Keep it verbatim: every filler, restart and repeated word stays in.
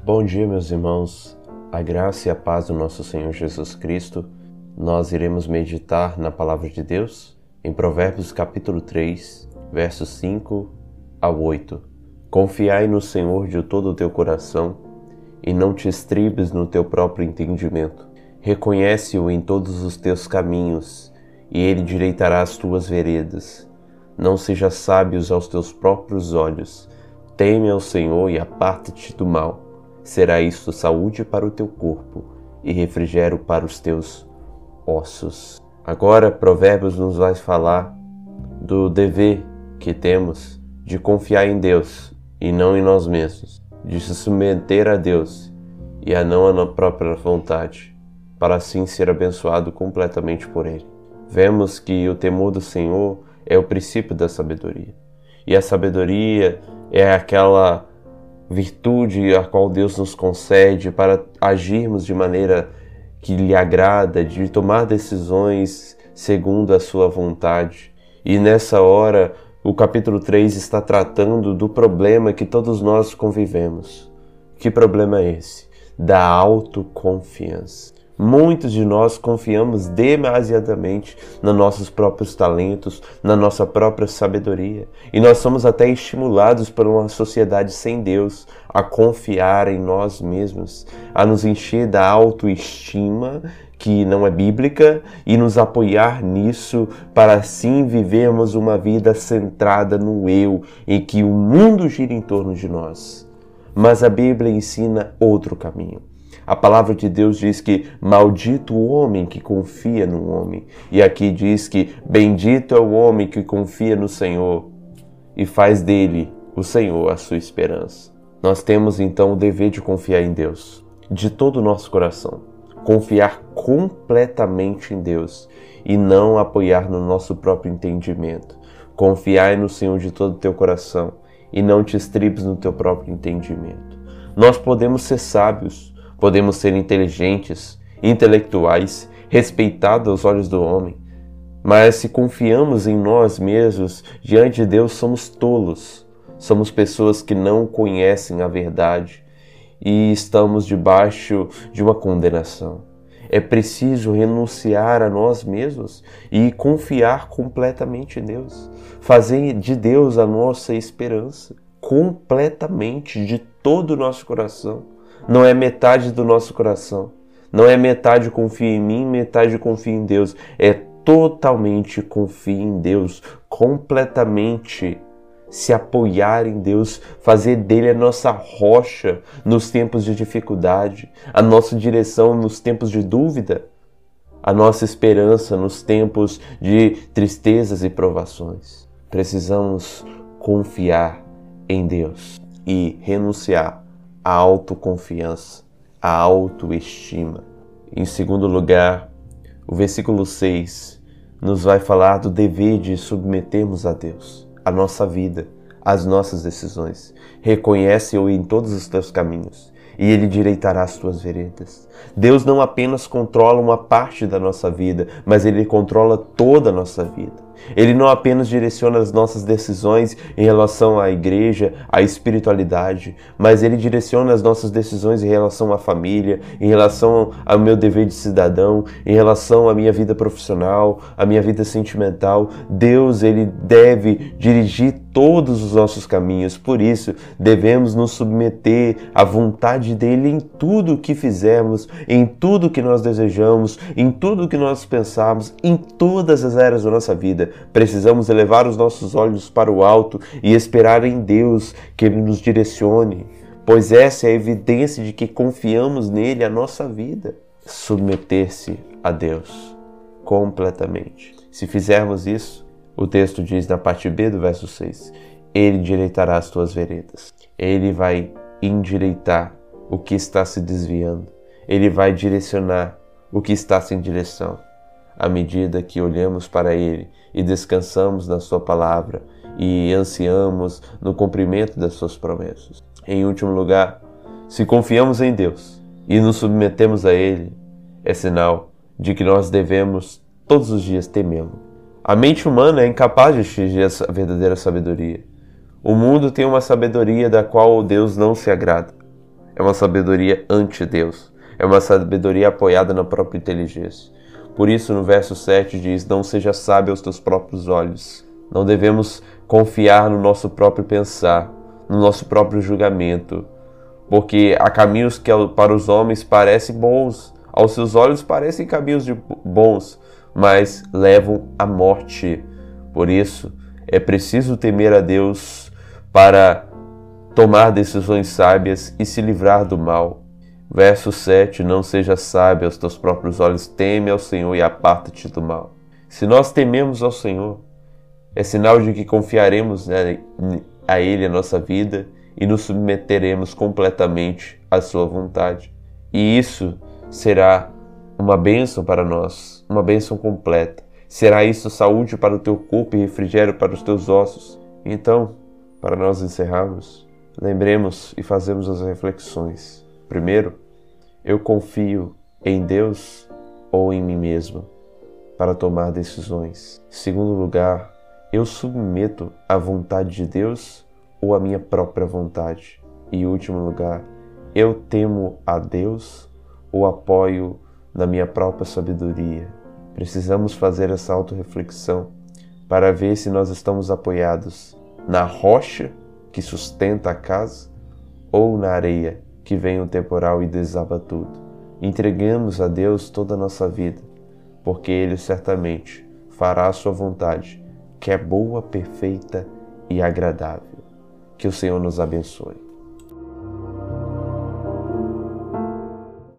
Bom dia, meus irmãos. A graça e a paz do nosso Senhor Jesus Cristo. Nós iremos meditar na Palavra de Deus em Provérbios capítulo três, versos cinco ao oito. Confiai no Senhor de todo o teu coração e não te estribes no teu próprio entendimento. Reconhece-o em todos os teus caminhos e ele direitará as tuas veredas. Não sejas sábios aos teus próprios olhos. Teme ao Senhor e aparta-te do mal. Será isto saúde para o teu corpo e refrigério para os teus ossos. Agora, Provérbios nos vai falar do dever que temos de confiar em Deus e não em nós mesmos, de se submeter a Deus e a não a nossa própria vontade, para assim ser abençoado completamente por Ele. Vemos que o temor do Senhor é o princípio da sabedoria. E a sabedoria é aquela virtude a qual Deus nos concede para agirmos de maneira que lhe agrada, de tomar decisões segundo a sua vontade. E nessa hora, o capítulo três está tratando do problema que todos nós convivemos. Que problema é esse? Da autoconfiança. Muitos de nós confiamos demasiadamente nos nossos próprios talentos, na nossa própria sabedoria. E nós somos até estimulados por uma sociedade sem Deus a confiar em nós mesmos, a nos encher da autoestima, que não é bíblica, e nos apoiar nisso para assim vivermos uma vida centrada no eu, em que o mundo gira em torno de nós. Mas a Bíblia ensina outro caminho. A palavra de Deus diz que maldito o homem que confia no homem. E aqui diz que bendito é o homem que confia no Senhor e faz dele, o Senhor, a sua esperança. Nós temos então o dever de confiar em Deus, de todo o nosso coração. Confiar completamente em Deus e não apoiar no nosso próprio entendimento. Confiar no Senhor de todo o teu coração e não te estribes no teu próprio entendimento. Nós podemos ser sábios, podemos ser inteligentes, intelectuais, respeitados aos olhos do homem, mas se confiamos em nós mesmos, diante de Deus somos tolos, somos pessoas que não conhecem a verdade e estamos debaixo de uma condenação. É preciso renunciar a nós mesmos e confiar completamente em Deus, fazer de Deus a nossa esperança, completamente, de todo o nosso coração. Não é metade do nosso coração. Não é metade confia em mim, metade confia em Deus. É totalmente confia em Deus, completamente se apoiar em Deus, fazer dele a nossa rocha nos tempos de dificuldade, a nossa direção nos tempos de dúvida, a nossa esperança nos tempos de tristezas e provações. Precisamos confiar em Deus e renunciar a autoconfiança, a autoestima. Em segundo lugar, o versículo seis nos vai falar do dever de submetermos a Deus, a nossa vida, as nossas decisões. Reconhece-o em todos os teus caminhos e Ele direitará as tuas veredas. Deus não apenas controla uma parte da nossa vida, mas Ele controla toda a nossa vida. Ele não apenas direciona as nossas decisões em relação à igreja, à espiritualidade, mas Ele direciona as nossas decisões em relação à família, em relação ao meu dever de cidadão, em relação à minha vida profissional, à minha vida sentimental. Deus, Ele deve dirigir todos os nossos caminhos. Por isso, devemos nos submeter à vontade dEle em tudo o que fizermos, em tudo o que nós desejamos, em tudo o que nós pensarmos, em todas as áreas da nossa vida. Precisamos elevar os nossos olhos para o alto e esperar em Deus que Ele nos direcione, pois essa é a evidência de que confiamos nele a nossa vida. Submeter-se a Deus completamente. Se fizermos isso, o texto diz na parte B do verso seis, Ele endireitará as tuas veredas. Ele vai endireitar o que está se desviando. Ele vai direcionar o que está sem direção. À medida que olhamos para Ele e descansamos na Sua palavra e ansiamos no cumprimento das Suas promessas. Em último lugar, se confiamos em Deus e nos submetemos a Ele, é sinal de que nós devemos todos os dias temê-lo. A mente humana é incapaz de atingir a verdadeira sabedoria. O mundo tem uma sabedoria da qual Deus não se agrada. É uma sabedoria anti-Deus. É uma sabedoria apoiada na própria inteligência. Por isso, no verso sete diz: não seja sábio aos teus próprios olhos. Não devemos confiar no nosso próprio pensar, no nosso próprio julgamento, porque há caminhos que para os homens parecem bons, aos seus olhos parecem caminhos de bons, mas levam à morte. Por isso, é preciso temer a Deus para tomar decisões sábias e se livrar do mal. Verso sete, não seja sábio aos teus próprios olhos, teme ao Senhor e aparta-te do mal. Se nós tememos ao Senhor, é sinal de que confiaremos a Ele a nossa vida e nos submeteremos completamente à sua vontade. E isso será uma bênção para nós, uma bênção completa. Será isso saúde para o teu corpo e refrigério para os teus ossos. Então, para nós encerrarmos, lembremos e fazemos as reflexões. Primeiro, eu confio em Deus ou em mim mesmo para tomar decisões. Segundo lugar, eu submeto à vontade de Deus ou à minha própria vontade. E último lugar, eu temo a Deus ou apoio na minha própria sabedoria. Precisamos fazer essa autorreflexão para ver se nós estamos apoiados na rocha que sustenta a casa ou na areia que vem o temporal e desaba tudo. Entreguemos a Deus toda a nossa vida, porque Ele certamente fará a sua vontade, que é boa, perfeita e agradável. Que o Senhor nos abençoe.